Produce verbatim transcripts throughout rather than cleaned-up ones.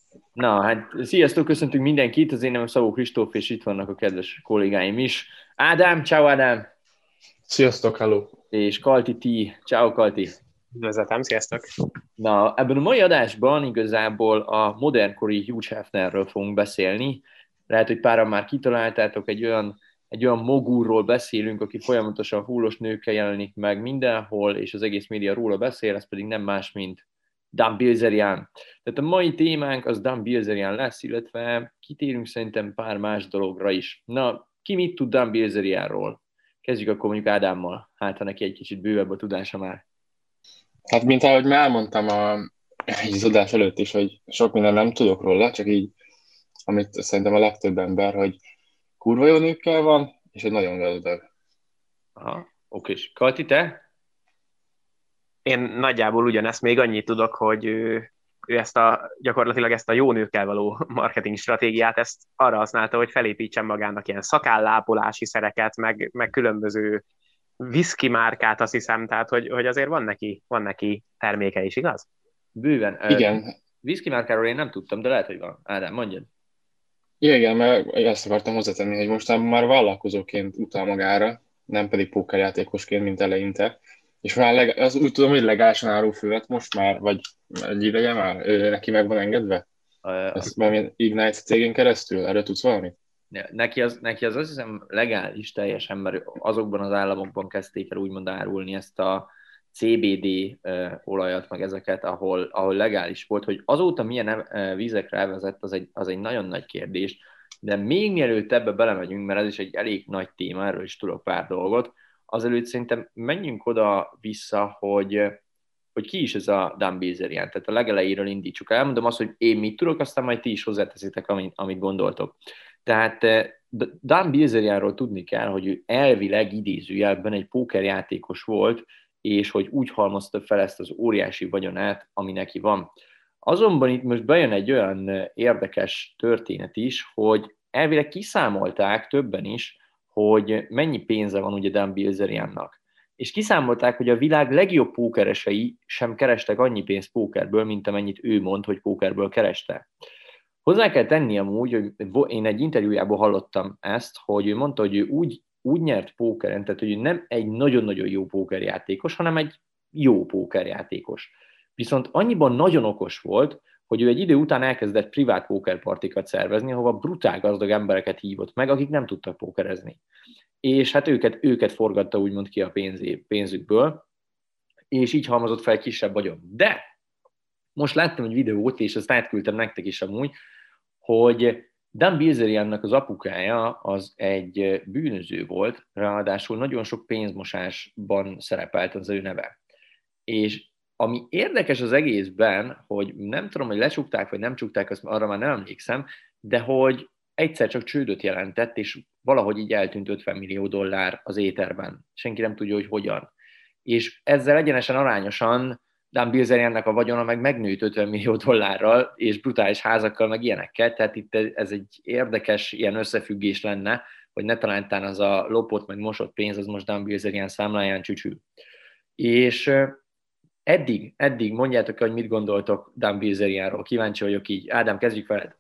Na, hát sziasztok, köszöntünk mindenkit, az én nevem Szabó Kristóf, és itt vannak a kedves kollégáim is. Ádám, ciao Ádám, Sziasztok, hello! és Kalti T, ciao Kalti. Üdvözletem, sziasztok! Na, ebben a mai adásban igazából a modernkori Hugh Hefnerről fogunk beszélni. Lehet, hogy páran már kitaláltátok, egy olyan, egy olyan mogulról beszélünk, aki folyamatosan hullos nőkkel jelenik meg mindenhol, és az egész média róla beszél, ez pedig nem más, mint Dan Bilzerian. Tehát a mai témánk az Dan Bilzerian lesz, illetve kitérünk szerintem pár más dologra is. Na, ki mit tud Dan Bilzerianról? Kezdjük akkor mondjuk Ádámmal, hát ha neki egy kicsit bővebb a tudása már. Hát, mint ahogy már elmondtam a, így az adás előtt is, hogy sok minden nem tudok róla, csak így, amit szerintem a legtöbb ember, hogy kurva jó nőkkel van, és egy nagyon gazdag. Aha, oké. Kalti, te? Én nagyjából ugyanezt, még annyit tudok, hogy ő, ő ezt a, gyakorlatilag ezt a jó nőkkel való marketing stratégiát, ezt arra használta, hogy felépítsen magának ilyen szakállápolási szereket, meg, meg különböző whisky márkát, azt hiszem, tehát hogy, hogy azért van neki, van neki terméke is, igaz? Bőven. Igen, Whisky márkáról én nem tudtam, de lehet, hogy van. Ádám, mondjad. igen, igen, mert ezt akartam hozzátenni, hogy mostában már vállalkozóként utal magára, nem pedig pókerjátékosként, mint eleinte. És már leg, az úgy tudom, hogy legálisan árul füvet most már, vagy egy ideje már, ő, neki meg van engedve? Uh, Ezt már Ignite cégén keresztül? Erről tudsz valamit? neki, az, neki az azt hiszem legális teljesen, mert azokban az államokban kezdték el úgymond árulni ezt a cé bé dé uh, olajat, meg ezeket, ahol, ahol legális volt, hogy azóta milyen uh, vízekre elvezett, az egy, az egy nagyon nagy kérdés, de még mielőtt ebbe belemegyünk, mert ez is egy elég nagy téma, erről is tudok pár dolgot, azelőtt szerintem menjünk oda vissza, hogy hogy ki is ez a Dan Bilzerian, tehát a legelejéről indítsuk. Elmondom azt, hogy én mit tudok, aztán majd ti is hozzáteszitek, amit, amit gondoltok. Tehát Dan Bilzerianról tudni kell, hogy ő elvileg idézőjelben egy pókerjátékos volt, és hogy úgy halmozta fel ezt az óriási vagyonát, ami neki van. Azonban itt most bejön egy olyan érdekes történet is, hogy elvileg kiszámolták többen is, hogy mennyi pénze van ugye Dan Bilzeriannak. És kiszámolták, hogy a világ legjobb pókeresei sem kerestek annyi pénzt pókerből, mint amennyit ő mond, hogy pókerből kereste. Hozzá kell tenni amúgy, hogy én egy interjújában hallottam ezt, hogy ő mondta, hogy ő úgy, úgy nyert pókeren, tehát hogy ő nem egy nagyon-nagyon jó pókerjátékos, hanem egy jó pókerjátékos. Viszont annyiban nagyon okos volt, hogy ő egy idő után elkezdett privát pókerpartikat szervezni, ahova brutál gazdag embereket hívott meg, akik nem tudtak pókerezni. És hát őket, őket forgatta úgymond ki a pénzé, pénzükből, és így halmozott fel kisebb vagyon. De most láttam egy videót, és ezt átküldtem nektek is amúgy, hogy Dan Bilzeriannak az apukája az egy bűnöző volt, ráadásul nagyon sok pénzmosásban szerepelt az ő neve. És ami érdekes az egészben, hogy nem tudom, hogy lecsukták, vagy nem csukták, azt arra már nem emlékszem, de hogy egyszer csak csődöt jelentett, és valahogy így eltűnt ötven millió dollár az éterben. Senki nem tudja, hogy hogyan. És ezzel egyenesen arányosan Dan Bilzeriannak a vagyona meg megnőtt ötven millió dollárral, és brutális házakkal, meg ilyenekkel, tehát itt ez egy érdekes ilyen összefüggés lenne, hogy ne talántán az a lopott, meg mosott pénz, az most Dan Bilzerian számláján csücsül. És eddig, eddig mondjátok, hogy mit gondoltok Dan Bilzerianról. Kíváncsi vagyok így. Ádám, kezdjük veled.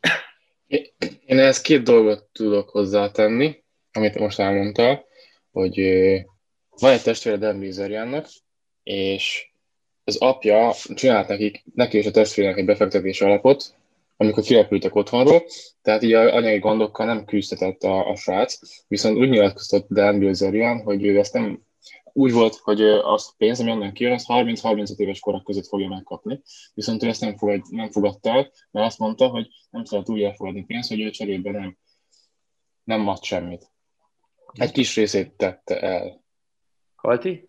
Én ehhez két dolgot tudok hozzátenni, amit most elmondtál, hogy van egy testvére Dan Bilzeriannak, és az apja csinált nekik, neki és a testvérének egy befektetési alapot, amikor kirepültek otthonról, tehát így a anyagi gondokkal nem küzdhetett a, a srác, viszont úgy nyilatkoztat Dan Bilzerian, hogy ő ezt nem úgy volt, hogy azt a pénz, ami onnan kijön, az harminc-harmincöt éves korak között fogja megkapni, viszont ő ezt nem, fogad, nem fogadta el, mert azt mondta, hogy nem szeret úgy elfogadni pénzt, hogy ő cserébe nem, nem ad semmit. Egy kis részét tette el. Kalti?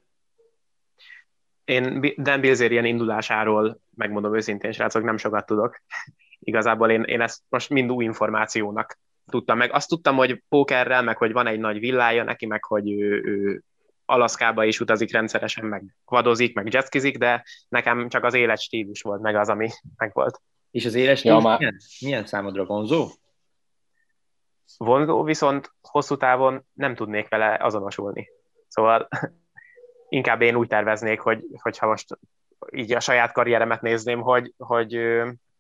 Én Dan Bilzerian indulásáról, megmondom őszintén, srácok, nem sokat tudok. Igazából én, én ezt most mind új információnak tudtam meg. Azt tudtam, hogy pókerrel, meg hogy van egy nagy villája neki, meg hogy ő, ő Alaszkába is utazik rendszeresen, meg vadozik, meg jetskizik, de nekem csak az életstílus volt meg az, ami meg volt. És az éles Ja, tíz már... milyen, milyen számodra vonzó? Vonzó, viszont hosszú távon nem tudnék vele azonosulni. Szóval inkább én úgy terveznék, hogy, hogyha most így a saját karrieremet nézném, hogy, hogy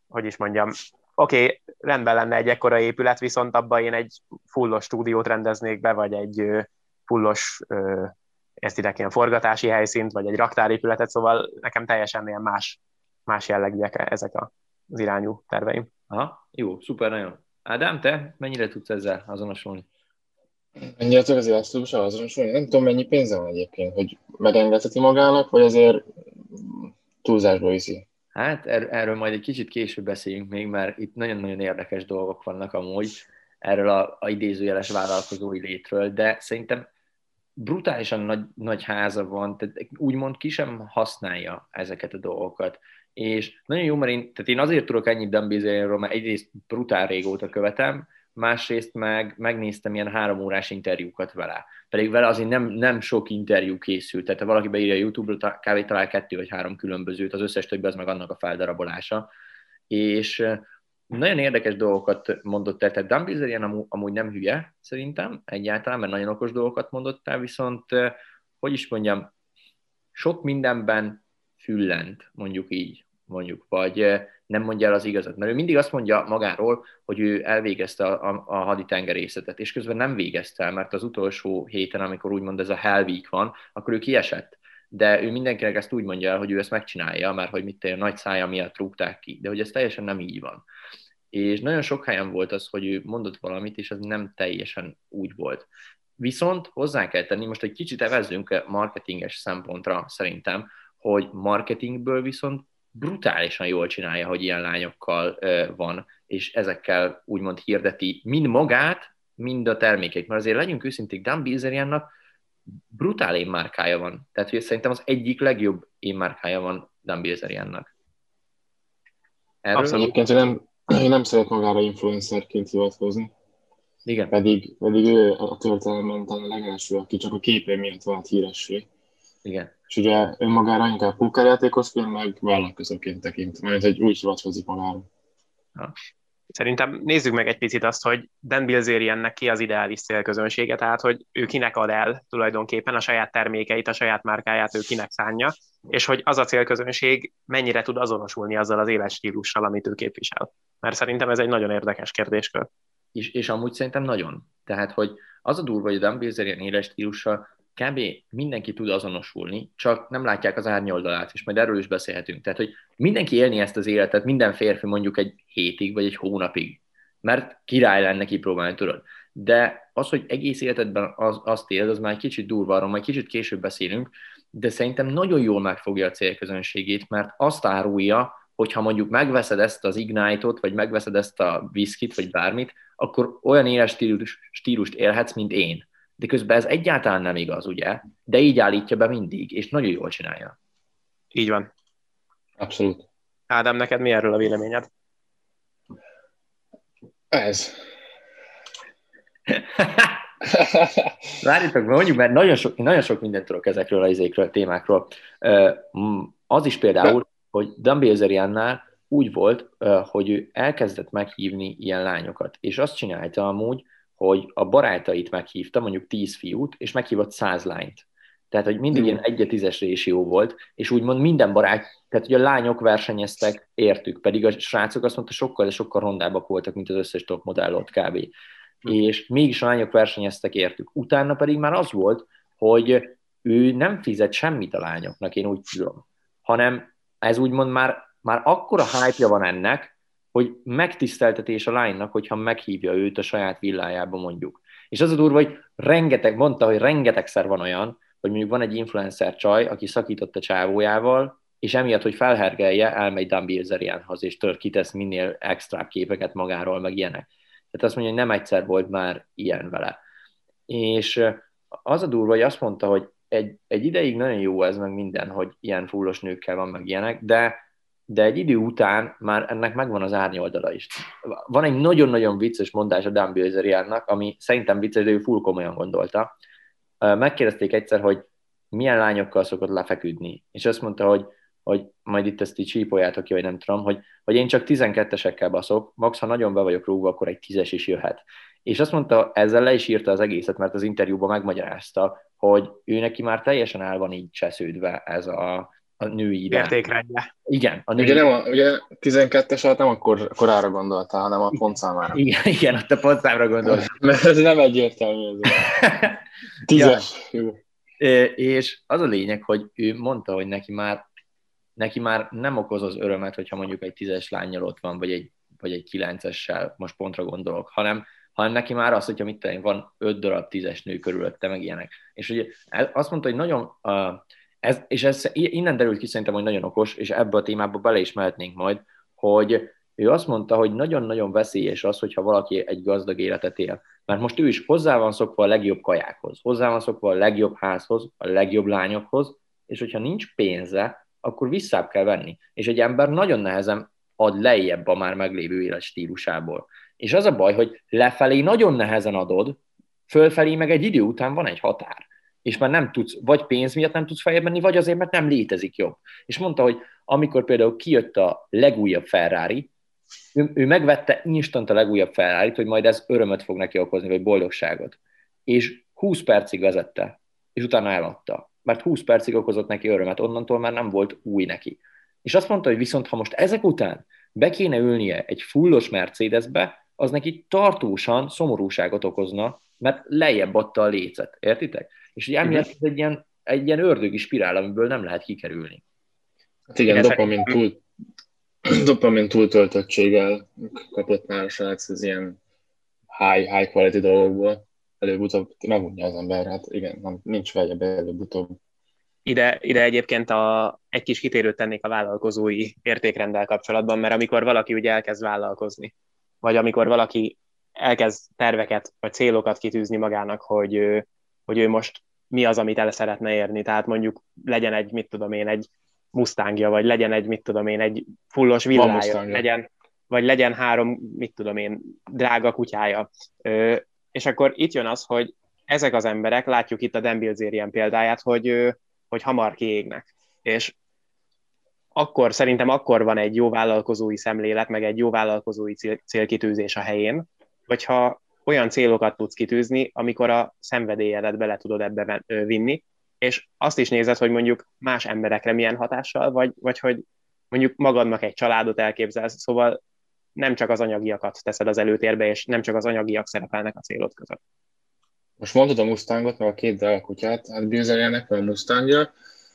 hogy is mondjam, oké, okay, rendben lenne egy ekkora épület, viszont abban én egy fullos stúdiót rendeznék be, vagy egy fullos, ezt ide ilyen forgatási helyszínt, vagy egy raktárépületet, szóval nekem teljesen ilyen más, más jellegűek ezek az irányú terveim. Aha, jó, szuper, nagyon. Ádám, te mennyire tudsz ezzel azonosulni? Mennyire tudok az életstílussal azonosulni? Nem tudom, mennyi pénze van egyébként, hogy megengedheti magának, vagy azért túlzásba viszi. Hát er- erről majd egy kicsit később beszéljünk még, mert itt nagyon-nagyon érdekes dolgok vannak amúgy erről a, a idézőjeles vállalkozói létről, de szerintem brutálisan nagy, nagy háza van, tehát úgymond ki sem használja ezeket a dolgokat. És nagyon jó, mert én, tehát én azért tudok ennyit Dan Bilzerianról, mert egyrészt brutál régóta követem, másrészt meg megnéztem ilyen három órás interjúkat vele. Pedig vele azért nem, nem sok interjú készült, tehát ha valaki beírja a YouTube-ra, kb. Talál kettő vagy három különbözőt, az összes többi az meg annak a feldarabolása. És nagyon érdekes dolgokat mondott el, tehát Dan Bilzerian amúgy, amúgy nem hülye, szerintem, egyáltalán, mert nagyon okos dolgokat mondott el, viszont, hogy is mondjam, sok mindenben füllent, mondjuk így, mondjuk, vagy nem mondja el az igazat. Mert ő mindig azt mondja magáról, hogy ő elvégezte a, a, a haditengerészetet, és közben nem végezte el, mert az utolsó héten, amikor úgymond ez a Hell Week van, akkor ő kiesett. De ő mindenkinek ezt úgy mondja el, hogy ő ezt megcsinálja, mert hogy mit nagy szája miatt rúgták ki, de hogy ez teljesen nem így van. És nagyon sok helyen volt az, hogy ő mondott valamit, és az nem teljesen úgy volt. Viszont hozzá kell tenni, most egy kicsit evezzünk marketinges szempontra szerintem, hogy marketingből viszont brutálisan jól csinálja, hogy ilyen lányokkal van, és ezekkel úgymond hirdeti mind magát, mind a termékek. Mert azért legyünk őszinték, Dan Bilzeriannak brutál énmárkája van. Tehát, hogy szerintem az egyik legjobb énmárkája van Dan Bilzeriannak. Erről egyébként, nem, nem szeret magára influencerként hivatkozni. Igen. Pedig, pedig ő a történelemben talán a legelső, aki csak a képe miatt vált híressé. Igen. És ugye önmagára inkább pókerjátékosként, meg vállalkozóként tekint, mert egy úgy hivatkozik magára. Ha. Szerintem nézzük meg egy picit azt, hogy Dan Bilzeriannek ki az ideális célközönsége, tehát hogy ő kinek ad el tulajdonképpen a saját termékeit, a saját márkáját, ő kinek szánja, és hogy az a célközönség mennyire tud azonosulni azzal az életstílussal, amit ő képvisel. Mert szerintem ez egy nagyon érdekes kérdéskör. És, és amúgy szerintem nagyon. Tehát, hogy az a durva, hogy a Dan Bilzerian életstílussal kb. Mindenki tud azonosulni, csak nem látják az árnyoldalát, és majd erről is beszélhetünk. Tehát, hogy mindenki élni ezt az életet, minden férfi mondjuk egy hétig, vagy egy hónapig, mert király lenne kipróbálni, tudod. De az, hogy egész életedben az, azt éled, az már egy kicsit durva, arról majd kicsit később beszélünk, de szerintem nagyon jól megfogja a célközönségét, mert azt árulja, hogyha mondjuk megveszed ezt az Ignite-ot, vagy megveszed ezt a viszkit, vagy bármit, akkor olyan éles stílus, stílust élhetsz, mint én. De közben ez egyáltalán nem igaz, ugye? De így állítja be mindig, és nagyon jól csinálja. Így van. Abszolút. Ádám, neked mi erről a véleményed? Ez. Várjátok, mondjuk, mert nagyon sok, nagyon sok mindent tudok ezekről az izékről, témákról. Az is például, hogy Dan Bilzeriannál úgy volt, hogy ő elkezdett meghívni ilyen lányokat, és azt csinálta amúgy, hogy a barátait meghívta, mondjuk tíz fiút, és meghívott száz lányt. Tehát, hogy mindig ilyen egy tízes résió volt, és úgymond minden barát, tehát, hogy a lányok versenyeztek értük, pedig a srácok azt mondta, sokkal, de sokkal rondábbak voltak, mint az összes top modell ott kb. És mégis a lányok versenyeztek értük. Utána pedig már az volt, hogy ő nem fizet semmit a lányoknak, én úgy tudom, hanem ez úgymond már, már akkora hype-ja van ennek, hogy megtiszteltetés a lánynak, hogyha meghívja őt a saját villájába mondjuk. És az a durva, hogy rengeteg, mondta, hogy rengetegszer van olyan, hogy mondjuk van egy influencer csaj, aki szakított a csávójával, és emiatt, hogy felhergelje, elmegy Dan Bilzerianhoz, és tör kitesz minél extra képeket magáról, meg ilyenek. Tehát azt mondja, hogy nem egyszer volt már ilyen vele. És az a durva, hogy azt mondta, hogy egy, egy ideig nagyon jó ez, meg minden, hogy ilyen fullos nőkkel van, meg ilyenek, de de egy idő után már ennek megvan az árnyoldala is. Van egy nagyon-nagyon vicces mondás a Dan Bilzeriannak, ami szerintem vicces, de ő full komolyan gondolta. Megkérdezték egyszer, hogy milyen lányokkal szokott lefeküdni, és azt mondta, hogy, hogy majd itt ezt így csípoljátok ki, vagy nem tudom, hogy, hogy én csak tizenkettesekkel baszok, max, ha nagyon be vagyok rúgva, akkor egy tízes is jöhet. És azt mondta, ezzel le is írta az egészet, mert az interjúban megmagyarázta, hogy ő neki már teljesen el van így csesződve ez a a női irány. Értékrendje. Igen, a női... Ugye, nem a, ugye tizenkettes alatt nem akkor korára gondoltál, hanem a pontszámára. Igen, igen, ott a pontszámra gondoltam. Mert ez nem egyértelmű. Ez tízes, ja. Jó. És az a lényeg, hogy ő mondta, hogy neki már, neki már nem okoz az örömet, hogyha mondjuk egy tízes lánnyal ott van, vagy egy, vagy egy kilencessel, most pontra gondolok, hanem, hanem neki már az, hogyha mit tenni, van öt darab tízes nő körülötte, meg ilyenek. És ugye azt mondta, hogy nagyon, uh, ez, és ez innen derült ki szerintem, hogy nagyon okos, és ebbe a témába bele is mehetnénk majd, hogy ő azt mondta, hogy nagyon-nagyon veszélyes az, hogyha valaki egy gazdag életet él. Mert most ő is hozzá van szokva a legjobb kajákhoz, hozzá van szokva a legjobb házhoz, a legjobb lányokhoz, és hogyha nincs pénze, akkor visszább kell venni. És egy ember nagyon nehezen ad lejjebb a már meglévő életstílusából. És az a baj, hogy lefelé nagyon nehezen adod, fölfelé meg egy idő után van egy határ. És már nem tudsz, vagy pénz miatt nem tudsz feljebb menni, vagy azért, mert nem létezik jobb. És mondta, hogy amikor például kijött a legújabb Ferrari, ő, ő megvette instant a legújabb Ferrarit, hogy majd ez örömöt fog neki okozni, vagy boldogságot. És húsz percig vezette, és utána eladta. Mert húsz percig okozott neki örömet, onnantól már nem volt új neki. És azt mondta, hogy viszont ha most ezek után be kéne ülnie egy fullos Mercedesbe, az neki tartósan szomorúságot okozna, mert lejjebb adta a lécet. Értitek? És ugye emiatt ez egy ilyen, egy ilyen ördögi spirál, amiből nem lehet kikerülni. Hát igen, dopamin túl dopamin túltöltöttséggel kapott már a srác az ilyen high, high quality dolgokból. Előbb-utóbb megunja az ember, hát igen, nem, nincs feljebb előbb-utóbb. Ide, ide egyébként a, egy kis kitérőt tennék a vállalkozói értékrenddel kapcsolatban, mert amikor valaki ugye elkezd vállalkozni, vagy amikor valaki elkezd terveket, vagy célokat kitűzni magának, hogy, hogy ő most mi az, amit el szeretne érni. Tehát mondjuk legyen egy, mit tudom én, egy Mustangja, vagy legyen egy, mit tudom én, egy fullos villája, legyen, vagy legyen három, mit tudom én, drága kutyája. Ö, és akkor itt jön az, hogy ezek az emberek, látjuk itt a Dan Bilzerian példáját, hogy, hogy hamar kiégnek. És akkor, szerintem akkor van egy jó vállalkozói szemlélet, meg egy jó vállalkozói cél, célkitűzés a helyén, hogyha olyan célokat tudsz kitűzni, amikor a szenvedélyedet bele tudod ebbe vinni, és azt is nézed, hogy mondjuk más emberekre milyen hatással, vagy, vagy hogy mondjuk magadnak egy családot elképzelsz, szóval nem csak az anyagiakat teszed az előtérbe, és nem csak az anyagiak szerepelnek a célod között. Most mondtad a Mustangot, meg a két drága kutyát, hát Bilzeriannek van a Mustangja,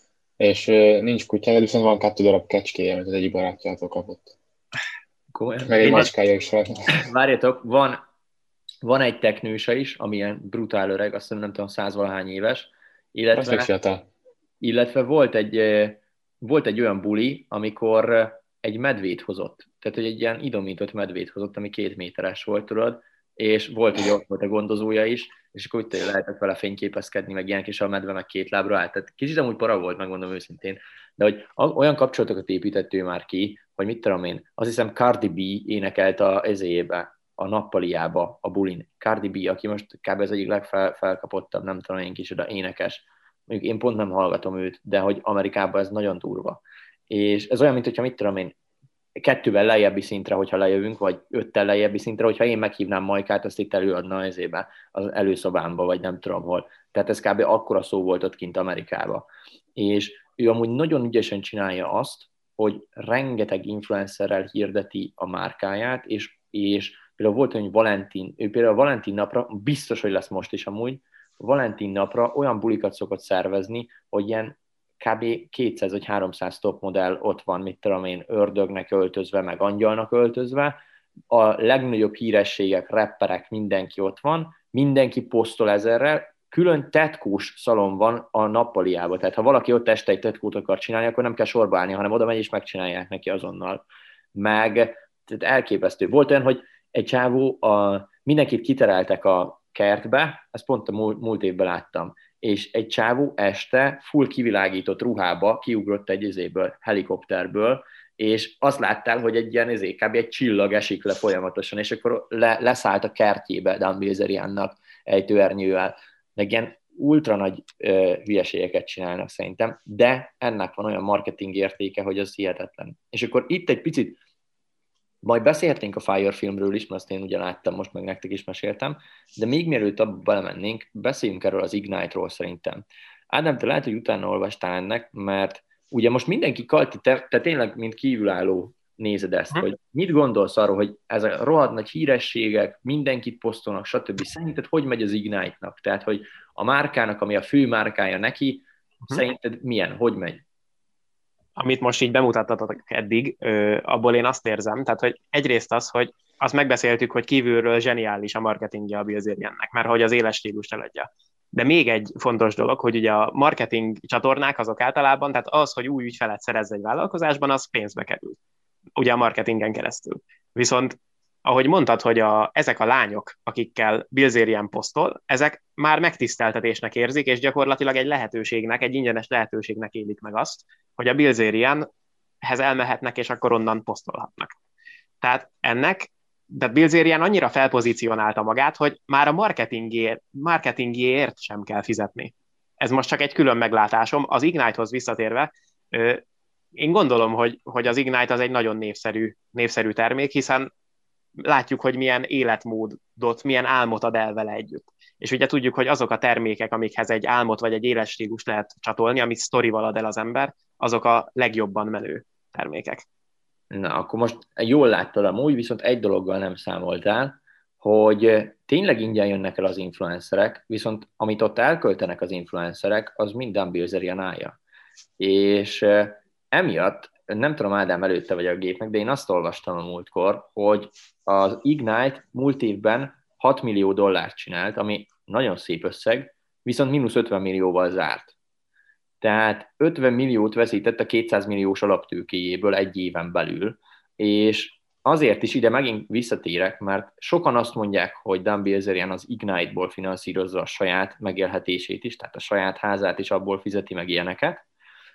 és nincs kutyája, viszont van kettő darab kecskéje, amit az egyik barátjától kapott. Komolyan. Meg egy macskája is van. Várjatok, van, van egy teknőse is, ami ilyen brutál öreg, azt hiszem nem tudom, százvalahány éves, illetve, illetve volt, egy, volt egy olyan buli, amikor egy medvét hozott, tehát hogy egy ilyen idomított medvét hozott, ami két méteres volt, tudod, és volt, hogy ott volt a gondozója is, és akkor úgy lehetett vele fényképezkedni, meg ilyenek, és a medve meg két lábra állt. Tehát kicsit amúgy para volt, megmondom őszintén, de hogy olyan kapcsolatokat épített ő már ki, hogy mit tudom én, azt hiszem Cardi B énekelt a ezébe, a nappaliába, a bulin. Cardi B, aki most kb. Az egyik legfelkapottabb, nem tudom én kicsoda énekes. Mondjuk én pont nem hallgatom őt, de hogy Amerikában ez nagyon durva. És ez olyan, mint hogyha mit tudom én, kettővel lejjebbi szintre, hogyha lejövünk, vagy öttel lejjebbi szintre, hogyha én meghívnám Majkát, azt itt előadna ezébe, az előszobámba, vagy nem tudom hol. Tehát ez kb. Akkora szó volt ott kint Amerikába. És ő amúgy nagyon ügyesen csinálja azt, hogy rengeteg influencerrel hirdeti a márkáját, és, és például volt, hogy Valentin, ő például a Valentin napra, biztos, hogy lesz most is amúgy, Valentin napra olyan bulikat szokott szervezni, hogy ilyen kb. kétszáz vagy háromszáz top modell ott van, mit tudom én, ördögnek öltözve, meg angyalnak öltözve, a legnagyobb hírességek, rapperek, mindenki ott van, mindenki posztol ezerrel, külön tetkós szalon van a nappaliában, tehát ha valaki ott este egy tetkót akar csinálni, akkor nem kell sorba állni, hanem oda megy és megcsinálják neki azonnal. Meg tehát elképesztő. Volt olyan, hogy egy csávó, a, mindenkit kitereltek a kertbe, ezt pont a múlt, múlt évben láttam, és egy csávó este full kivilágított ruhába kiugrott egy izéből, helikopterből, és azt láttál, hogy egy ilyen izé, kb. Egy csillag esik le folyamatosan, és akkor le, leszállt a kertjébe Dan Bilzeriannak ejtőernyővel. Meg ilyen ultra nagy ö, hülyeségeket csinálnak szerintem, de ennek van olyan marketing értéke, hogy az hihetetlen. És akkor itt egy picit majd beszélhetnénk a Fire filmről is, mert azt én ugye láttam, most meg nektek is meséltem, de még mielőtt abba belemennénk, beszéljünk erről az Ignite-ról szerintem. Ádám, te lehet, hogy utána olvastál ennek, mert ugye most mindenki, Kalti, te, te tényleg, mint kívülálló nézed ezt, Hm? hogy mit gondolsz arról, hogy ez a rohadt nagy hírességek, mindenkit posztolnak, stb. Szerinted hogy megy az Ignite-nak? Tehát, hogy a márkának, ami a fő márkája neki, Hm? szerinted milyen? Hogy megy? Amit most így bemutattatok eddig, ö, abból én azt érzem, tehát hogy egyrészt az, hogy azt megbeszéltük, hogy kívülről zseniális a marketingje a Bilzeriannek, mert hogy az éles stílust eladja. De még egy fontos dolog, hogy ugye a marketing csatornák azok általában, tehát az, hogy új ügyfelet szerezz egy vállalkozásban, az pénzbe kerül. Ugye a marketingen keresztül. Viszont ahogy mondtad, hogy a, ezek a lányok, akikkel Bilzerian posztol, ezek már megtiszteltetésnek érzik, és gyakorlatilag egy lehetőségnek, egy ingyenes lehetőségnek élik meg azt, hogy a Bilzerianhez elmehetnek, és akkor onnan posztolhatnak. Tehát ennek, de Bilzerian annyira felpozícionálta magát, hogy már a marketingért, marketingért sem kell fizetni. Ez most csak egy külön meglátásom. Az Ignite-hoz visszatérve, én gondolom, hogy, hogy az Ignite az egy nagyon népszerű, népszerű termék, hiszen látjuk, hogy milyen életmódot, milyen álmot ad el vele együtt. És ugye tudjuk, hogy azok a termékek, amikhez egy álmot vagy egy éles stílust lehet csatolni, amit sztorival ad el az ember, azok a legjobban menő termékek. Na, akkor most jól láttad amúgy, viszont egy dologgal nem számoltál, hogy tényleg ingyen jönnek el az influencerek, viszont amit ott elköltenek az influencerek, az minden Bilzerian állja. És emiatt, nem tudom, Ádám, előtte vagy a gépnek, de én azt olvastam a múltkor, hogy az Ignite múlt évben hat millió dollárt csinált, ami nagyon szép összeg, viszont mínusz ötven millióval zárt. Tehát ötven milliót veszített a kétszáz milliós alaptőkéjéből egy éven belül, és azért is ide megint visszatérek, mert sokan azt mondják, hogy Dan Bilzerian az Ignite-ból finanszírozza a saját megélhetését is, tehát a saját házát is abból fizeti meg ilyeneket.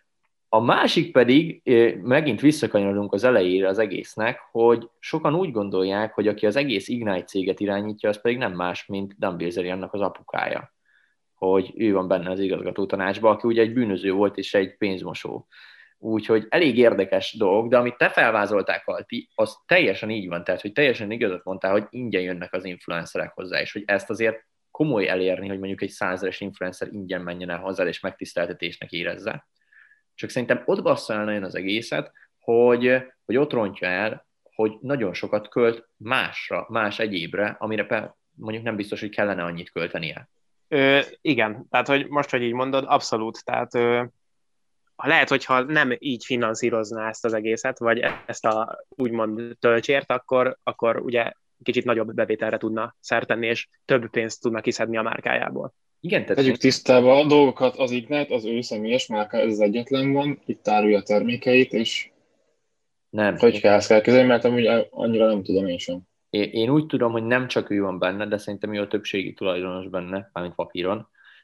A másik pedig, megint visszakanyarodunk az elejére az egésznek, hogy sokan úgy gondolják, hogy aki az egész Ignite céget irányítja, az pedig nem más, mint Dan Bilzeriannak az apukája. Hogy ő van benne az igazgató tanácsban, aki ugye egy bűnöző volt és egy pénzmosó. Úgyhogy elég érdekes dolog, de amit te felvázoltál, Kalti, az teljesen így van, tehát hogy teljesen igazat mondtál, hogy ingyen jönnek az influencerek hozzá, és hogy ezt azért komoly elérni, hogy mondjuk egy százeres influencer ingyen menjen el hozzá, és megtiszteltetésnek érezze. Csak szerintem ott bassza el nagyon az egészet, hogy, hogy ott rontja el, hogy nagyon sokat költ másra, más egyébre, amire mondjuk nem biztos, hogy kellene annyit költenie. Ö, igen, tehát hogy most, hogy így mondod, abszolút. Tehát ö, lehet, hogyha nem így finanszírozná ezt az egészet, vagy ezt a úgymond töltsért, akkor, akkor ugye kicsit nagyobb bevételre tudna szert tenni, és több pénzt tudna kiszedni a márkájából. Igen, tehát tegyük tisztába a dolgokat, az Ignite, az ő személyes márka, ez az egyetlen van, itt árulja a termékeit, és nem. Hogy kell ezt kell kezelni, mert amúgy annyira nem tudom én sem. Én, én úgy tudom, hogy nem csak ő van benne, de szerintem ő a többségi tulajdonos benne, mármint papíron.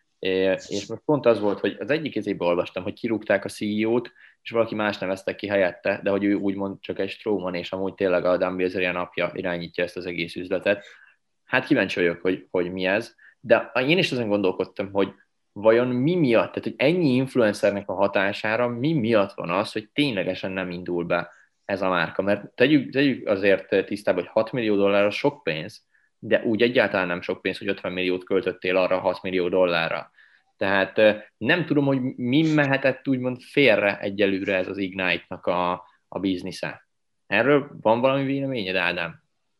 És most pont az volt, hogy az egyik izében olvastam, hogy kirúgták a cé e ó-t, és valaki más neveztek ki helyette, de hogy ő úgymond csak egy stróman, és amúgy tényleg a Dan Bilzerian apja irányítja ezt az egész üzletet. Hát kíváncsi vagyok, hogy, hogy mi ez. De én is azon gondolkodtam, hogy vajon mi miatt, tehát hogy ennyi influencernek a hatására mi miatt van az, hogy ténylegesen nem indul be ez a márka. Mert tegyük, tegyük azért tisztába, hogy hat millió dollár az sok pénz, de úgy egyáltalán nem sok pénz, hogy ötven milliót költöttél arra hat millió dollárra. Tehát nem tudom, hogy mi mehetett úgymond félre egyelőre ez az Ignite-nak a, a biznisze. Erről van valami véleményed, Ádám?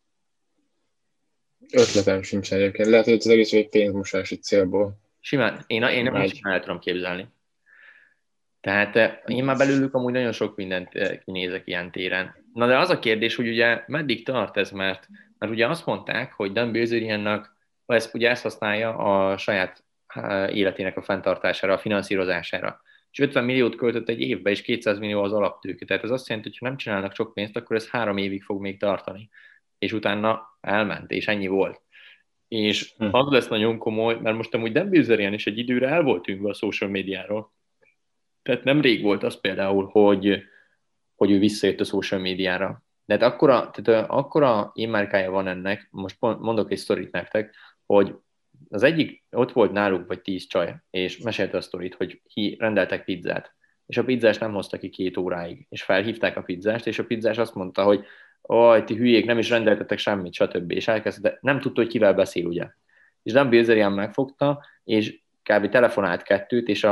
Ötletem sincs egyébként. Lehet, hogy az egész egy pénzmosási célból. Simán, én, én nem is el tudom képzelni. Tehát én már belőlük amúgy nagyon sok mindent kinézek ilyen téren. Na de az a kérdés, hogy ugye meddig tart ez, mert, mert ugye azt mondták, hogy Dan Bilzeriannak, ez, ugye ezt használja a saját életének a fenntartására, a finanszírozására. És ötven milliót költött egy évbe, és kétszáz millió az alaptőke. Tehát ez azt jelenti, hogy ha nem csinálnak sok pénzt, akkor ez három évig fog még tartani. És utána elment, és ennyi volt. És hm. az lesz nagyon komoly, mert most amúgy Dan Bilzerian is egy időre el volt tűnve a social médiáról. Tehát nem rég volt az például, hogy, hogy ő visszajött a social médiára. De hát akkora, tehát akkora énmárkája van ennek, most mondok egy sztorit nektek, hogy az egyik, ott volt náluk vagy tíz csaj, és mesélte a sztorit, hogy hi, rendeltek pizzát, és a pizzás nem hozta ki két óráig, és felhívták a pizzást, és a pizzás azt mondta, hogy oj, ti hülyék, nem is rendeltetek semmit, stb. És elkezdte, nem tudta, hogy kivel beszél, ugye. És Dan Bilzerian megfogta, és kb. Telefonált kettőt, és a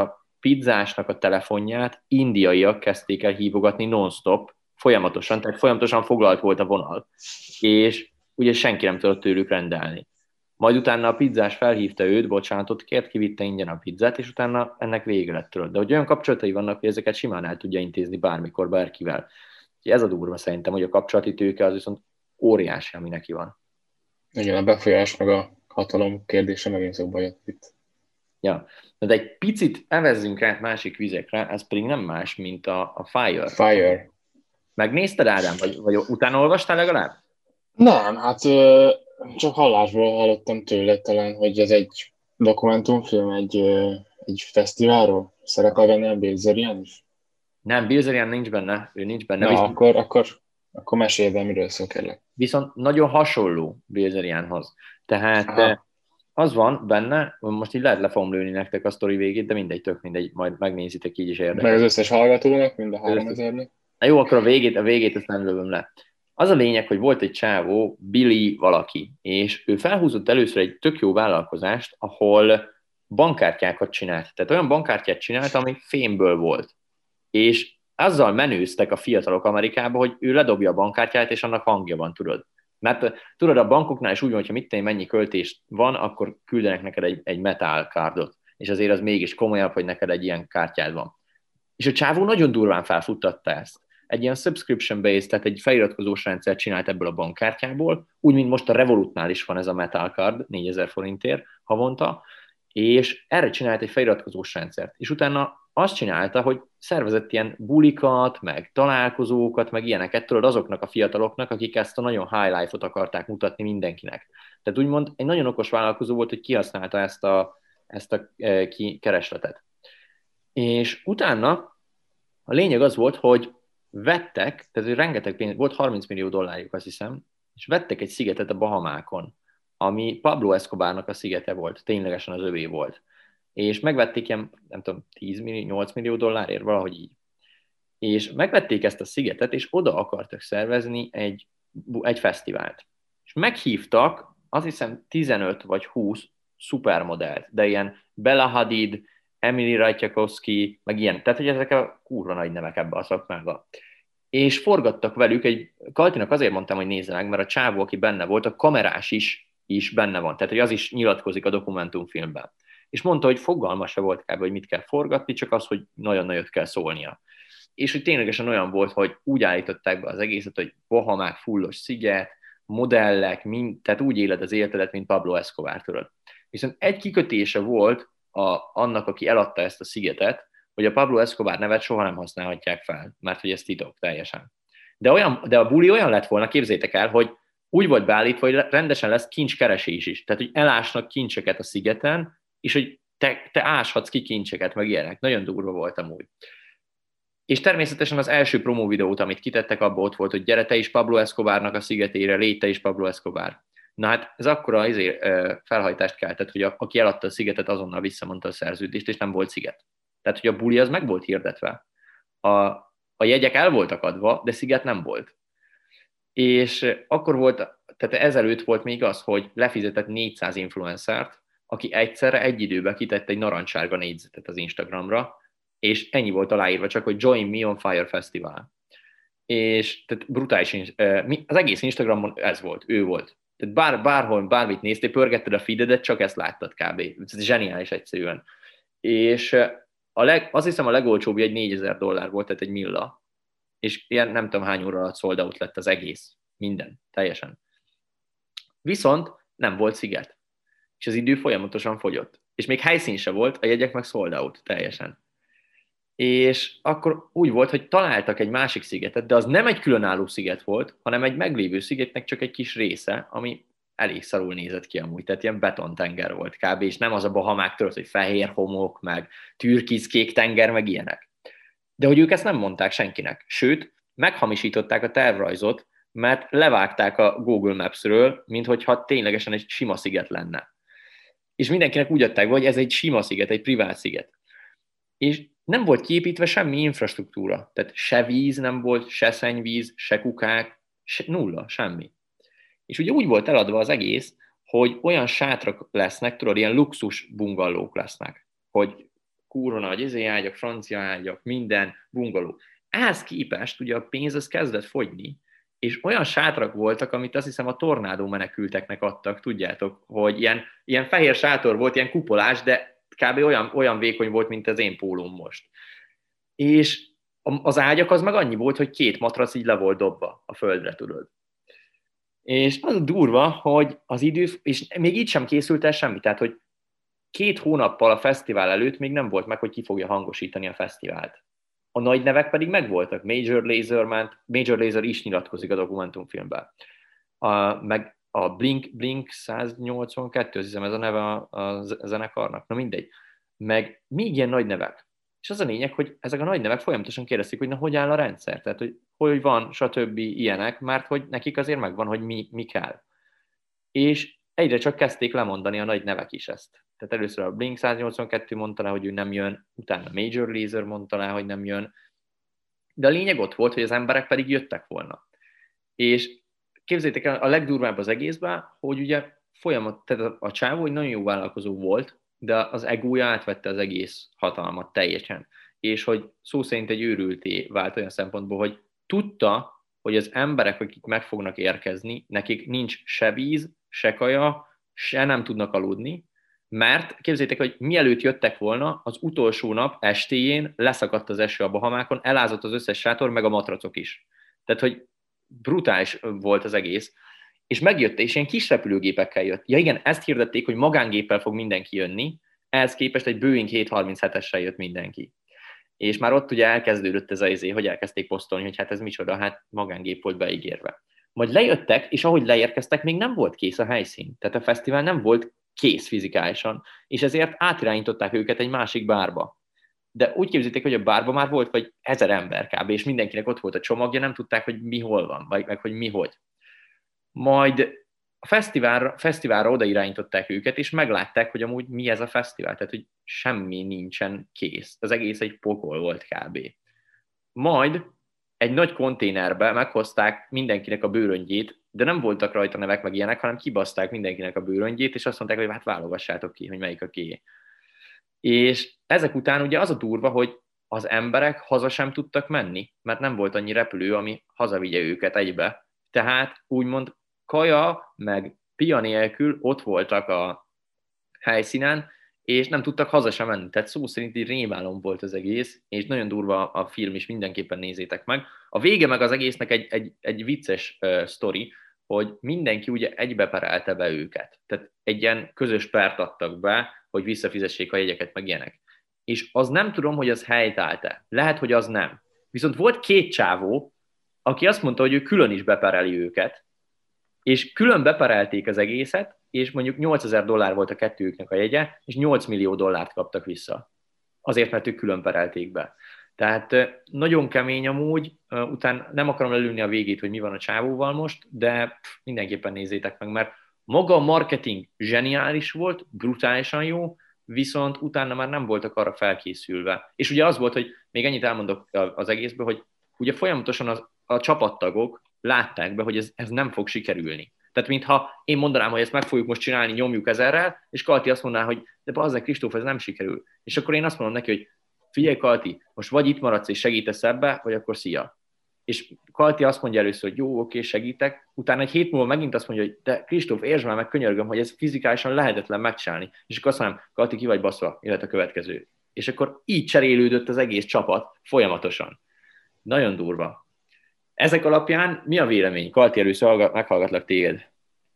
pizzásnak a telefonját indiaiak kezdték el hívogatni non-stop, folyamatosan, tehát folyamatosan foglalt volt a vonal, és ugye senki nem tudott tőlük rendelni. Majd utána a pizzás felhívta őt, bocsánatot kért, kivitte ingyen a pizzát, és utána ennek vége lett tőle. De hogy olyan kapcsolatai vannak, hogy ezeket simán el tudja intézni bármikor, bárkivel. Ez a durva szerintem, hogy a kapcsolati tőke az viszont óriási, ami neki van. Igen, a befolyás meg a hatalom kérdése megint szóba jött itt. Ja, de egy picit evezzünk át másik vizekre, ez pedig nem más, mint a, a Fire. Fire. Megnézted, Ádám, vagy, vagy utána olvastál legalább? Nem, hát ö, csak hallásból hallottam tőle talán, hogy ez egy dokumentumfilm, egy, ö, egy fesztiválról. Szerepel benne a Bilzerian is? Nem, Bilzerian nincs benne, ő nincs benne. Na, viszont, akkor, akkor, akkor mesélj el, miről szól, kérlek. viszont nagyon hasonló Bilzerianhoz. Tehát Aha. az van benne, most így lehet le fogom lőni nektek a sztori végét, de mindegy, tök mindegy, majd megnézitek, így is érdekes. Meg az összes hallgatónak, mind a háromezernek. Na jó, akkor a végét, a végét ezt nem lövöm le. Az a lényeg, hogy volt egy csávó, Billy valaki, és ő felhúzott először egy tök jó vállalkozást, ahol bankkártyákat csinált. Tehát olyan bankkártyát csinált, ami fémből volt. És azzal menőztek a fiatalok Amerikába, hogy ő ledobja a bankkártyát, és annak hangja van, tudod. Mert tudod, a bankoknál is úgy van, hogyha mit tenni, mennyi költés van, akkor küldenek neked egy, egy metal cardot, és azért az mégis komolyabb, hogy neked egy ilyen kártyád van. És a csávó nagyon durván felfuttatta ezt. Egy ilyen subscription-based, tehát egy feliratkozós rendszert csinált ebből a bankkártyából, úgy, mint most a Revolutnál is van ez a metal card, négyezer forintért havonta, és erre csinált egy feliratkozós rendszert. És utána azt csinálta, hogy szervezett ilyen bulikat, meg találkozókat, meg ilyeneket, tudod, azoknak a fiataloknak, akik ezt a nagyon high life-ot akarták mutatni mindenkinek. Tehát úgymond egy nagyon okos vállalkozó volt, hogy kihasználta ezt a, ezt a e, ki, keresletet. És utána a lényeg az volt, hogy vettek, tehát hogy rengeteg pénz, volt harminc millió dollárjuk, azt hiszem, és vettek egy szigetet a Bahamákon, ami Pablo Escobarnak a szigete volt, ténylegesen az övé volt. És megvették ilyen, nem tudom, tíz millió, nyolc millió dollárért, valahogy így. És megvették ezt a szigetet, és oda akartak szervezni egy, egy fesztivált. És meghívtak, azt hiszem tizenöt vagy húsz szupermodellt, de ilyen Bella Hadid, Emily Ratajkowski, meg ilyen. Tehát, hogy ezek a kurva nagy nevek ebbe a szakmába. És forgattak velük, egy Kaltinak azért mondtam, hogy nézze meg, mert a csávó, aki benne volt, a kamerás is, is benne van. Tehát, hogy az is nyilatkozik a dokumentumfilmben. És mondta, hogy fogalma se volt kb. Hogy mit kell forgatni, csak az, hogy nagyon nagyot kell szólnia. És hogy ténylegesen olyan volt, hogy úgy állították be az egészet, hogy Bahamák fullos sziget, modellek, mind, tehát úgy éled az életedet, mint Pablo Escobar, tudod. Viszont egy kikötése volt a, annak, aki eladta ezt a szigetet, hogy a Pablo Escobar nevet soha nem használhatják fel, mert hogy ez titok teljesen. De, olyan, de a buli olyan lett volna, képzétek el, hogy úgy volt beállítva, hogy rendesen lesz kincskeresés is. Tehát, hogy elásnak kincseket a szigeten, és hogy te, te áshatsz ki kincseket, meg ilyenek. Nagyon durva volt amúgy. És természetesen az első promó videót, amit kitettek, abban ott volt, hogy gyere te is Pablo Escobarnak a szigetére, légy te is Pablo Escobar. Na hát ez akkora azért, felhajtást keltett, hogy a, aki eladta a szigetet, azonnal visszamondta a szerződést, és nem volt sziget. Tehát, hogy a buli az meg volt hirdetve. A, a jegyek el voltak adva, de sziget nem volt. És akkor volt, tehát ezelőtt volt még az, hogy lefizetett négyszáz influencert, aki egyszerre egy időben kitett egy narancsárga négyzetet az Instagramra, és ennyi volt aláírva, csak hogy Join Me on Fire Festival. És tehát brutális, az egész Instagramon ez volt, ő volt. Tehát bár, bárhol, bármit néztél, pörgetted a feededet, csak ezt láttad kb. Ez zseniális egyszerűen. És a leg, azt hiszem a legolcsóbb egy négyezer dollár volt, tehát egy milla. És ilyen nem tudom hány óra alatt sold out lett az egész. Minden, teljesen. Viszont nem volt sziget. És az idő folyamatosan fogyott. És még helyszín se volt, a jegyek meg sold out teljesen. És akkor úgy volt, hogy találtak egy másik szigetet, de az nem egy különálló sziget volt, hanem egy meglévő szigetnek csak egy kis része, ami elég szarul nézett ki amúgy, tehát ilyen betontenger volt kb. És nem az a Bahamák tudod, hogy fehér homok, meg türkiz-kék tenger, meg ilyenek. De hogy ők ezt nem mondták senkinek. Sőt, meghamisították a tervrajzot, mert levágták a Google Maps-ről, minthogyha ténylegesen egy sima sziget lenne. És mindenkinek úgy adták, hogy ez egy sima sziget, egy privát sziget. És nem volt kiépítve semmi infrastruktúra. Tehát se víz nem volt, se szennyvíz, se kukák, se, nulla, semmi. És ugye úgy volt eladva az egész, hogy olyan sátrak lesznek, tudod, ilyen luxus bungallók lesznek, hogy kurva nagy izé ágyak, francia ágyak, minden, bungaló. Ehhez képest ugye a pénz az kezdett fogyni, és olyan sátrak voltak, amit azt hiszem a tornádó menekülteknek adtak, tudjátok, hogy ilyen, ilyen fehér sátor volt, ilyen kupolás, de kb. olyan, olyan vékony volt, mint az én pólóm most. És az ágyak az meg annyi volt, hogy két matrac így le volt dobva a földre, tudod. És az durva, hogy az idő, és még így sem készült el semmi, tehát, hogy két hónappal a fesztivál előtt még nem volt meg, hogy ki fogja hangosítani a fesztivált. A nagy nevek pedig megvoltak. Major Lazer, Major Lazer is nyilatkozik a dokumentumfilmben. A, meg a Blink, Blink száznyolcvankettő, azt hiszem ez a neve a, a zenekarnak, na mindegy. Meg még ilyen nagy nevek. És az a lényeg, hogy ezek a nagy nevek folyamatosan kérdezik, hogy na, hogy áll a rendszer, tehát hogy hogy van, stb. Ilyenek, mert hogy nekik azért megvan, hogy mi, mi kell. És egyre csak kezdték lemondani a nagy nevek is ezt. Tehát először a Blink száznyolcvankettő mondta le, hogy ő nem jön, utána Major Lazer mondta le, hogy nem jön. De a lényeg ott volt, hogy az emberek pedig jöttek volna. És képzeljétek el, a legdurvább az egészben, hogy ugye folyamat, tehát a, a csávó, hogy nagyon jó vállalkozó volt, de az egója átvette az egész hatalmat teljesen. És hogy szó szerint egy őrülté vált olyan szempontból, hogy tudta, hogy az emberek, akik meg fognak érkezni, nekik nincs se víz, se kaja, se nem tudnak aludni, mert képzeljétek, hogy mielőtt jöttek volna, az utolsó nap estéjén leszakadt az eső a Bahamákon, elázott az összes sátor, meg a matracok is. Tehát, hogy brutális volt az egész. És megjött, és ilyen kis repülőgépekkel jött. Ja igen, ezt hirdették, hogy magángéppel fog mindenki jönni, ehhez képest egy Boeing hétszázharminchetessel jött mindenki. És már ott ugye elkezdődött ez az izé, hogy elkezdték posztolni, hogy hát ez micsoda, hát magángép volt beígérve. Majd lejöttek, és ahogy leérkeztek, még nem volt kész a helyszín. Tehát a fesztivál nem volt kész fizikálisan, és ezért átirányították őket egy másik bárba. De úgy képzeljétek, hogy a bárba már volt vagy ezer ember kb., és mindenkinek ott volt a csomagja, nem tudták, hogy mi hol van, vagy meg hogy mi hogy. Majd a fesztiválra, fesztiválra oda irányították őket, és meglátták, hogy amúgy mi ez a fesztivál, tehát hogy semmi nincsen kész. Az egész egy pokol volt kb. Majd egy nagy konténerbe meghozták mindenkinek a bőröngyét, de nem voltak rajta nevek meg ilyenek, hanem kibaszták mindenkinek a bőröngyét, és azt mondták, hogy hát válogassátok ki, hogy melyik a kié. És ezek után ugye az a durva, hogy az emberek haza sem tudtak menni, mert nem volt annyi repülő, ami hazavigye őket egybe. Tehát úgymond kaja, meg pia nélkül ott voltak a helyszínen, és nem tudtak haza sem menni. Tehát szó szerint így rémálom volt az egész, és nagyon durva a film is, mindenképpen nézzétek meg. A vége meg az egésznek egy, egy, egy vicces uh, sztori, hogy mindenki ugye egybe perelte be őket. Tehát egy ilyen közös pert adtak be, hogy visszafizessék a jegyeket, meg ilyenek. És az nem tudom, hogy az helytállt-e. Lehet, hogy az nem. Viszont volt két csávó, aki azt mondta, hogy ő külön is bepereli őket, és külön beperelték az egészet, és mondjuk nyolcezer dollár volt a kettőjüknek a jegye, és nyolc millió dollárt kaptak vissza. Azért, mert ők külön perelték be. Tehát nagyon kemény amúgy, utána nem akarom lelőni a végét, hogy mi van a csávóval most, de mindenképpen nézzétek meg, mert maga a marketing zseniális volt, brutálisan jó, viszont utána már nem voltak arra felkészülve. És ugye az volt, hogy még ennyit elmondok az egészből, hogy ugye folyamatosan az, a csapattagok látták be, hogy ez, ez nem fog sikerülni. Tehát mintha én mondanám, hogy ezt meg fogjuk most csinálni, nyomjuk ezerrel, és Kalti azt mondaná, hogy de bazzeg Kristóf, ez nem sikerül. És akkor én azt mondom neki, hogy figyelj Kalti, most vagy itt maradsz és segítesz ebbe, vagy akkor szia. És Kalti azt mondja először, hogy jó, oké, segítek, utána egy hét múlva megint azt mondja, hogy de Kristóf, értsd már meg, könyörgöm, hogy ez fizikálisan lehetetlen megcsinálni. És akkor azt mondom, Kalti, ki vagy baszva, illetve a következő. És akkor így cserélődött az egész csapat folyamatosan. Nagyon durva. Ezek alapján mi a vélemény? Kalti, először meghallgatlak téged.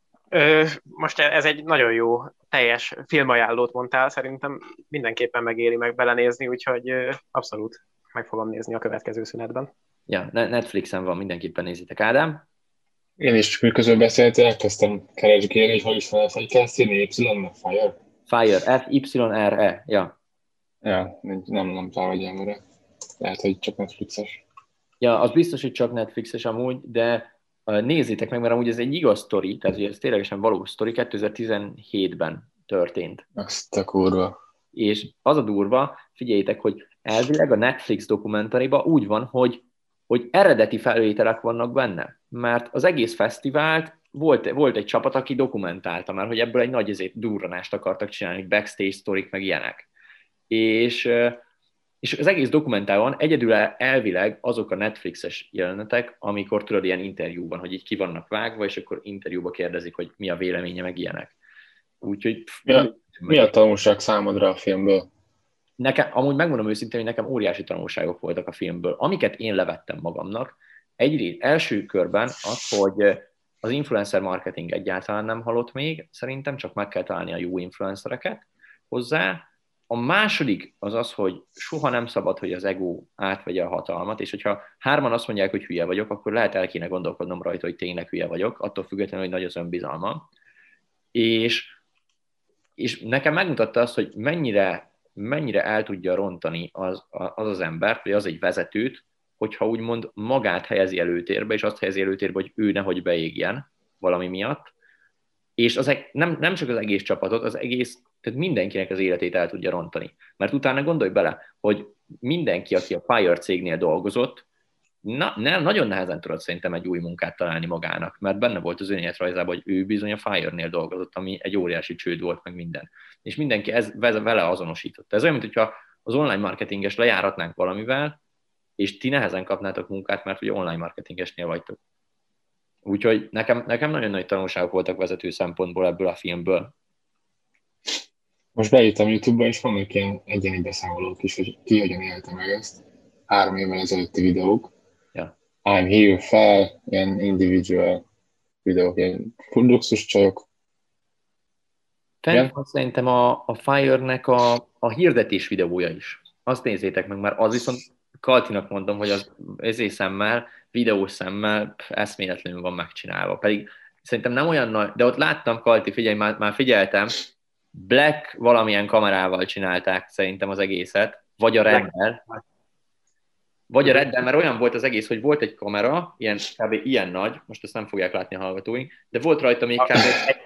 Ö, most ez egy nagyon jó, teljes filmajánlót mondtál, szerintem mindenképpen megéri meg belenézni, úgyhogy ö, abszolút meg fogom nézni a következő szünetben. Ja, Netflixen van, mindenképpen nézitek. Ádám? Én is miközben beszéltél, elkezdtem keresgélni, hogy hogy is van, hogy kell szírni Y-nak, Fire? Fire, F Y R E, ja. Ja, nem, nem talán vagy ilyenre. Lehet, hogy csak Netflixes. Ja, az biztos, hogy csak Netflixes amúgy, de nézzétek meg, mert amúgy ez egy igaz sztori, tehát ez ténylegesen valós sztori, kétezer-tizenhétben történt. Azt a kurva. És az a durva, figyeljétek, hogy elvileg a Netflix dokumentariban úgy van, hogy, hogy eredeti felvételek vannak benne, mert az egész fesztivált volt, volt egy csapat, aki dokumentálta már, hogy ebből egy nagy ezért durranást akartak csinálni, backstage sztorik, meg ilyenek. és, és az egész dokumentárban egyedül elvileg azok a Netflixes jelenetek, amikor tudod ilyen interjúban, hogy így ki vannak vágva, és akkor interjúba kérdezik, hogy mi a véleménye, meg ilyenek. Úgyhogy... Mi a, mi a tanulság számodra a filmből? Nekem, amúgy megmondom őszintén, hogy nekem óriási tanulságok voltak a filmből. Amiket én levettem magamnak, egyrészt első körben az, hogy az influencer marketing egyáltalán nem halott még, szerintem csak meg kell találni a jó influencereket hozzá. A második az az, hogy soha nem szabad, hogy az ego átvegye a hatalmat, és hogyha hárman azt mondják, hogy hülye vagyok, akkor lehet el kéne gondolkodnom rajta, hogy tényleg hülye vagyok, attól függetlenül, hogy nagy az önbizalmam. És, és nekem megmutatta azt, hogy mennyire, mennyire el tudja rontani az az, az embert, vagy az egy vezetőt, hogyha úgymond magát helyezi előtérbe, és azt helyezi előtérbe, hogy ő nehogy beégjen valami miatt, és az, nem, nem csak az egész csapatot, az egész, tehát mindenkinek az életét el tudja rontani. Mert utána gondolj bele, hogy mindenki, aki a Fire cégnél dolgozott, na, ne, nagyon nehezen tudott szerintem egy új munkát találni magának, mert benne volt az önéletrajzában, hogy ő bizony a Fire-nél dolgozott, ami egy óriási csőd volt, meg minden. És mindenki ez, vele azonosította. Ez olyan, mint hogyha az online marketinges lejáratnánk valamivel, és ti nehezen kapnátok munkát, mert ugye online marketingesnél vagytok. Úgyhogy nekem, nekem nagyon nagy tanulságok voltak vezető szempontból ebből a filmből. Most beírtam YouTube-ba, és vannak ilyen egyéni beszámolók is, hogy ki hogyan élte meg ezt. Három évvel ezelőtti videók. Ja. I'm here fel, ilyen individual videók, ilyen luxus csajok. Fent van szerintem a, a Fire-nek a, a hirdetés videója is. Azt nézzétek meg, mert az viszont Kaltinak mondom, hogy az ezé szemmel, videós szemmel eszméletlenül van megcsinálva. Pedig szerintem nem olyan nagy, de ott láttam, Kalti, figyelj, már, már figyeltem, Black valamilyen kamerával csinálták szerintem az egészet, vagy a Reddel, vagy a Reddel, mert olyan volt az egész, hogy volt egy kamera, ilyen, kb. Ilyen nagy, most ezt nem fogják látni a hallgatóink, de volt rajta még kb.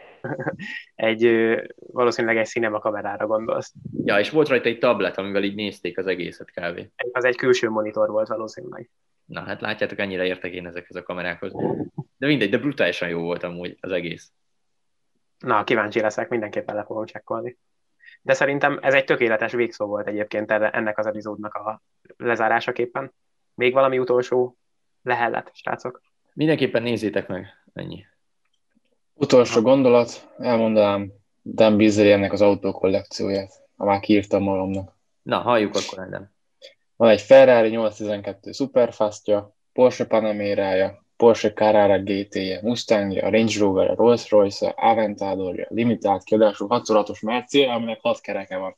egy, valószínűleg egy cinema kamerára gondolsz. Ja, és volt rajta egy tablet, amivel így nézték az egészet kb. Az egy külső monitor volt valószínűleg. Na, hát látjátok, ennyire értek én ezekhez a kamerákhoz. De mindegy, de brutálisan jó volt amúgy az egész. Na, kíváncsi leszek, mindenképpen le fogom csekkolni. De szerintem ez egy tökéletes végszó volt egyébként ennek az epizódnak a lezárásaképpen. Még valami utolsó lehellet, srácok? Mindenképpen nézzétek meg, ennyi. Utolsó gondolat, elmondanám Dan Bilzeriannek az autókollekcióját, ha már kiírtam magamnak. Na, halljuk akkor ellen. Van egy Ferrari nyolcszáztizenkettő Superfastja, Porsche Panamera-ja, Porsche Carrera gé té-je, Mustangja, Range Rover, Rolls-Royce, Aventadorja, limitált kiadású hat szor hatos Mercia, aminek hat kereke van.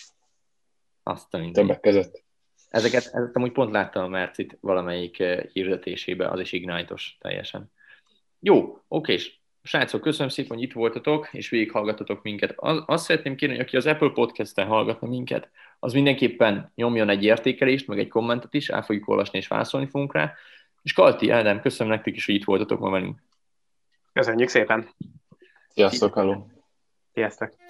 Azt a Többek között. Ezeket, ezeket amúgy pont láttam a Mercit valamelyik hirdetésében, az is Ignite-os teljesen. Jó, okés. Srácok, köszönöm szépen, hogy itt voltatok, és végighallgatotok minket. Az, azt szeretném kérni, hogy aki az Apple Podcast-en hallgatna minket, az mindenképpen nyomjon egy értékelést, meg egy kommentet is, el fogjuk olvasni és válaszolni fogunk rá. És Kalti, Ádám, köszönöm nektek is, hogy itt voltatok ma velünk. Köszönjük szépen! Sziasztok, hello! Sziasztok!